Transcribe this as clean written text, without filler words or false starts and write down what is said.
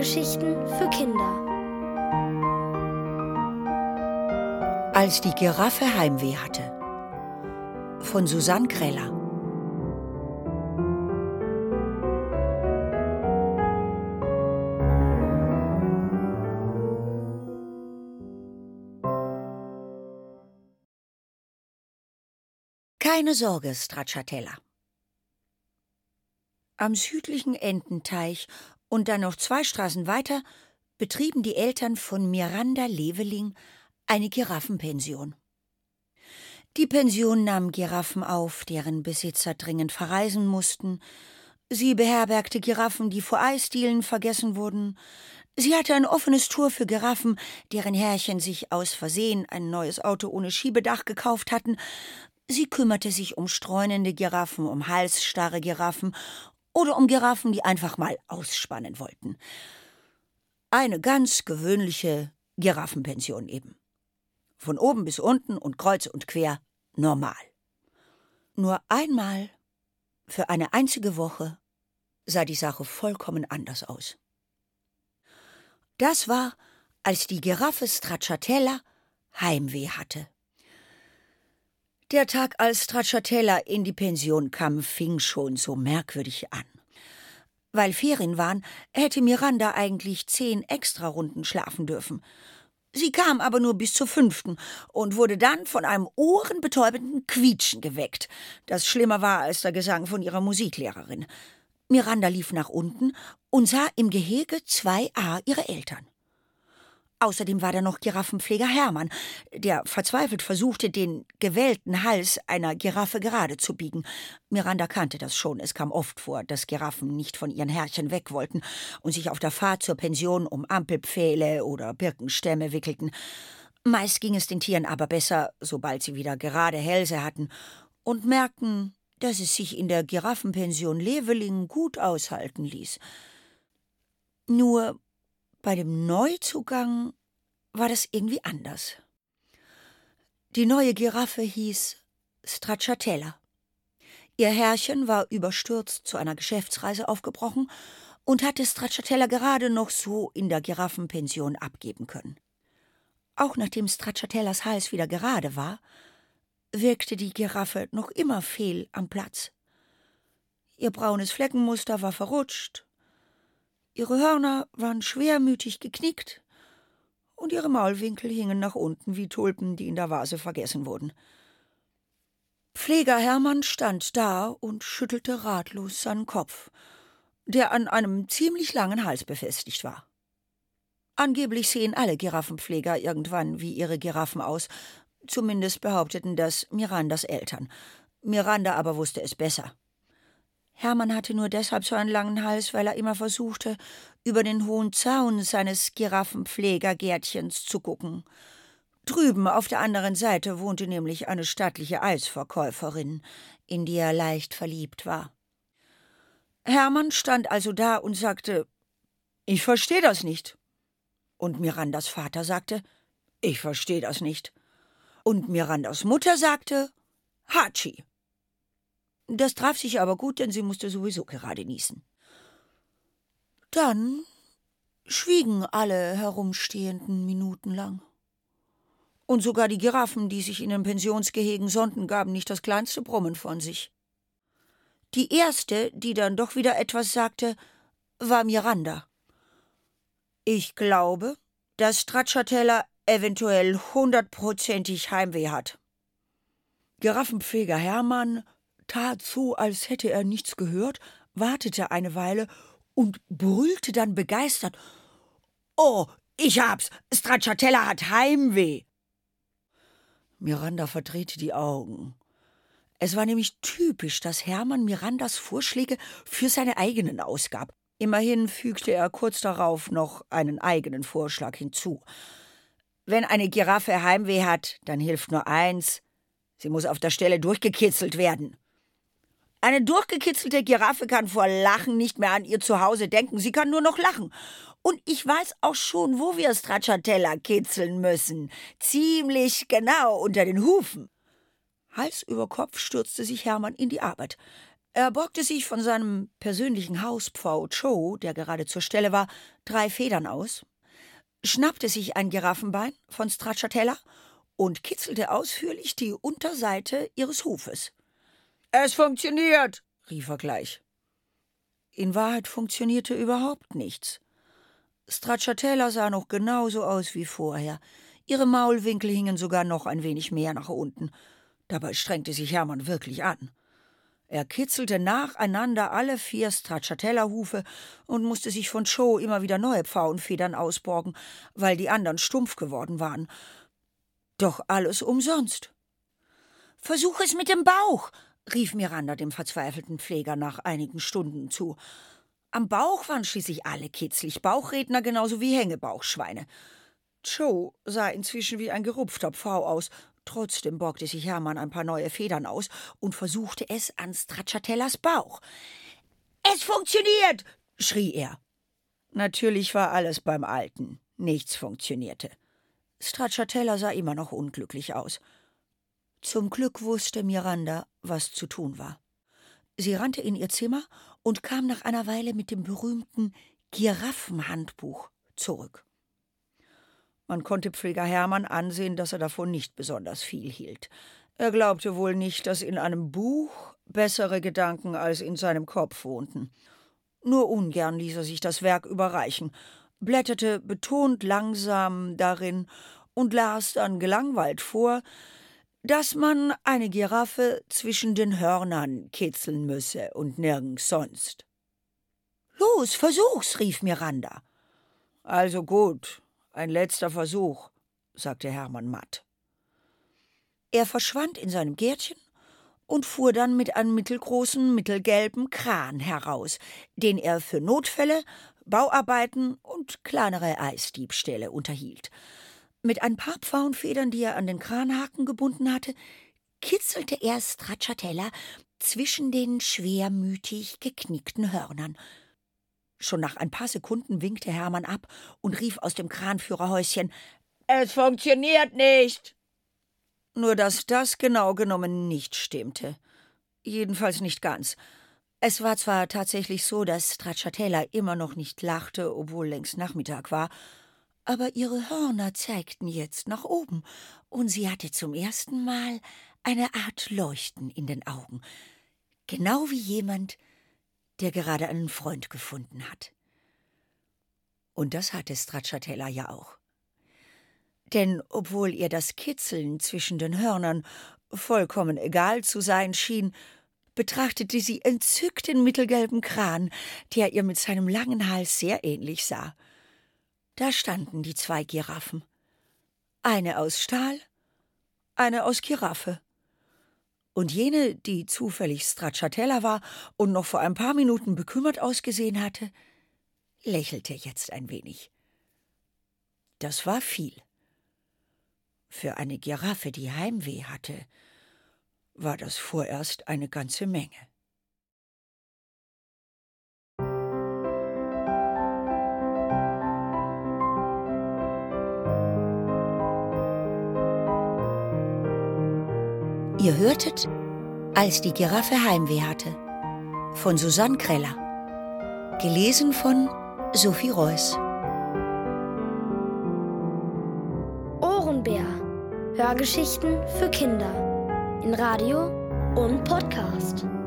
Hörgeschichten für Kinder. Als die Giraffe Heimweh hatte. Von Susanne Greller. Keine Sorge, Stracciatella. Am südlichen Ententeich und dann noch 2 Straßen weiter betrieben die Eltern von Miranda Leveling eine Giraffenpension. Die Pension nahm Giraffen auf, deren Besitzer dringend verreisen mussten. Sie beherbergte Giraffen, die vor Eisdielen vergessen wurden. Sie hatte ein offenes Tor für Giraffen, deren Herrchen sich aus Versehen ein neues Auto ohne Schiebedach gekauft hatten. Sie kümmerte sich um streunende Giraffen, um halsstarre Giraffen oder um Giraffen, die einfach mal ausspannen wollten. Eine ganz gewöhnliche Giraffenpension eben. Von oben bis unten und kreuz und quer normal. Nur einmal, für eine einzige Woche, sah die Sache vollkommen anders aus. Das war, als die Giraffe Stracciatella Heimweh hatte. Der Tag, als Stracciatella in die Pension kam, fing schon so merkwürdig an. Weil Ferien waren, hätte Miranda eigentlich 10 Extrarunden schlafen dürfen. Sie kam aber nur bis zur 5. und wurde dann von einem ohrenbetäubenden Quietschen geweckt, das schlimmer war als der Gesang von ihrer Musiklehrerin. Miranda lief nach unten und sah im Gehege 2a ihre Eltern. Außerdem war da noch Giraffenpfleger Hermann, der verzweifelt versuchte, den gewellten Hals einer Giraffe gerade zu biegen. Miranda kannte das schon. Es kam oft vor, dass Giraffen nicht von ihren Herrchen weg wollten und sich auf der Fahrt zur Pension um Ampelpfähle oder Birkenstämme wickelten. Meist ging es den Tieren aber besser, sobald sie wieder gerade Hälse hatten und merkten, dass es sich in der Giraffenpension Leveling gut aushalten ließ. Nur bei dem Neuzugang war das irgendwie anders. Die neue Giraffe hieß Stracciatella. Ihr Herrchen war überstürzt zu einer Geschäftsreise aufgebrochen und hatte Stracciatella gerade noch so in der Giraffenpension abgeben können. Auch nachdem Stracciatellas Hals wieder gerade war, wirkte die Giraffe noch immer fehl am Platz. Ihr braunes Fleckenmuster war verrutscht, ihre Hörner waren schwermütig geknickt und ihre Maulwinkel hingen nach unten wie Tulpen, die in der Vase vergessen wurden. Pfleger Hermann stand da und schüttelte ratlos seinen Kopf, der an einem ziemlich langen Hals befestigt war. Angeblich sehen alle Giraffenpfleger irgendwann wie ihre Giraffen aus, zumindest behaupteten das Mirandas Eltern. Miranda aber wusste es besser. Hermann hatte nur deshalb so einen langen Hals, weil er immer versuchte, über den hohen Zaun seines Giraffenpflegergärtchens zu gucken. Drüben auf der anderen Seite wohnte nämlich eine stattliche Eisverkäuferin, in die er leicht verliebt war. Hermann stand also da und sagte, »Ich verstehe das nicht.« Und Mirandas Vater sagte, »Ich verstehe das nicht.« Und Mirandas Mutter sagte, »Hatschi.« Das traf sich aber gut, denn sie musste sowieso gerade niesen. Dann schwiegen alle Herumstehenden minutenlang. Und sogar die Giraffen, die sich in den Pensionsgehegen sonnten, gaben nicht das kleinste Brummen von sich. Die erste, die dann doch wieder etwas sagte, war Miranda. »Ich glaube, dass Stracciatella eventuell 100%ig Heimweh hat.« Giraffenpfleger Hermann tat so, als hätte er nichts gehört, wartete eine Weile und brüllte dann begeistert, »Oh, ich hab's! Stracciatella hat Heimweh!« Miranda verdrehte die Augen. Es war nämlich typisch, dass Hermann Mirandas Vorschläge für seine eigenen ausgab. Immerhin fügte er kurz darauf noch einen eigenen Vorschlag hinzu. Wenn eine Giraffe Heimweh hat, dann hilft nur eins: sie muss auf der Stelle durchgekitzelt werden. Eine durchgekitzelte Giraffe kann vor Lachen nicht mehr an ihr Zuhause denken, sie kann nur noch lachen. Und ich weiß auch schon, wo wir Stracciatella kitzeln müssen. Ziemlich genau unter den Hufen. Hals über Kopf stürzte sich Hermann in die Arbeit. Er borgte sich von seinem persönlichen Hauspfau Joe, der gerade zur Stelle war, 3 Federn aus, schnappte sich ein Giraffenbein von Stracciatella und kitzelte ausführlich die Unterseite ihres Hufes. »Es funktioniert«, rief er gleich. In Wahrheit funktionierte überhaupt nichts. Stracciatella sah noch genauso aus wie vorher. Ihre Maulwinkel hingen sogar noch ein wenig mehr nach unten. Dabei strengte sich Hermann wirklich an. Er kitzelte nacheinander alle 4 Stracciatella-Hufe und musste sich von Joe immer wieder neue Pfauenfedern ausborgen, weil die anderen stumpf geworden waren. Doch alles umsonst. »Versuch es mit dem Bauch«, rief Miranda dem verzweifelten Pfleger nach einigen Stunden zu. Am Bauch waren schließlich alle kitzlig, Bauchredner genauso wie Hängebauchschweine. Joe sah inzwischen wie ein gerupfter Pfau aus. Trotzdem borgte sich Hermann ein paar neue Federn aus und versuchte es an Stracciatellas Bauch. »Es funktioniert«, schrie er. Natürlich war alles beim Alten. Nichts funktionierte. Stracciatella sah immer noch unglücklich aus. Zum Glück wusste Miranda, was zu tun war. Sie rannte in ihr Zimmer und kam nach einer Weile mit dem berühmten Giraffenhandbuch zurück. Man konnte Pfleger Hermann ansehen, dass er davon nicht besonders viel hielt. Er glaubte wohl nicht, dass in einem Buch bessere Gedanken als in seinem Kopf wohnten. Nur ungern ließ er sich das Werk überreichen, blätterte betont langsam darin und las dann gelangweilt vor, dass man eine Giraffe zwischen den Hörnern kitzeln müsse und nirgends sonst. »Los, versuch's«, rief Miranda. »Also gut, ein letzter Versuch«, sagte Hermann matt. Er verschwand in seinem Gärtchen und fuhr dann mit einem mittelgroßen, mittelgelben Kran heraus, den er für Notfälle, Bauarbeiten und kleinere Eisdiebstähle unterhielt. Mit ein paar Pfauenfedern, die er an den Kranhaken gebunden hatte, kitzelte er Stracciatella zwischen den schwermütig geknickten Hörnern. Schon nach ein paar Sekunden winkte Hermann ab und rief aus dem Kranführerhäuschen: »Es funktioniert nicht!« Nur dass das genau genommen nicht stimmte. Jedenfalls nicht ganz. Es war zwar tatsächlich so, dass Stracciatella immer noch nicht lachte, obwohl längst Nachmittag war, aber ihre Hörner zeigten jetzt nach oben, und sie hatte zum ersten Mal eine Art Leuchten in den Augen. Genau wie jemand, der gerade einen Freund gefunden hat. Und das hatte Stracciatella ja auch. Denn obwohl ihr das Kitzeln zwischen den Hörnern vollkommen egal zu sein schien, betrachtete sie entzückt den mittelgelben Kran, der ihr mit seinem langen Hals sehr ähnlich sah. Da standen die 2 Giraffen. Eine aus Stahl, eine aus Giraffe. Und jene, die zufällig Stracciatella war und noch vor ein paar Minuten bekümmert ausgesehen hatte, lächelte jetzt ein wenig. Das war viel. Für eine Giraffe, die Heimweh hatte, war das vorerst eine ganze Menge. Ihr hörtet »Als die Giraffe Heimweh hatte« von Susanne Kreller. Gelesen von Sophie Reuss. Ohrenbär. Hörgeschichten für Kinder. In Radio und Podcast.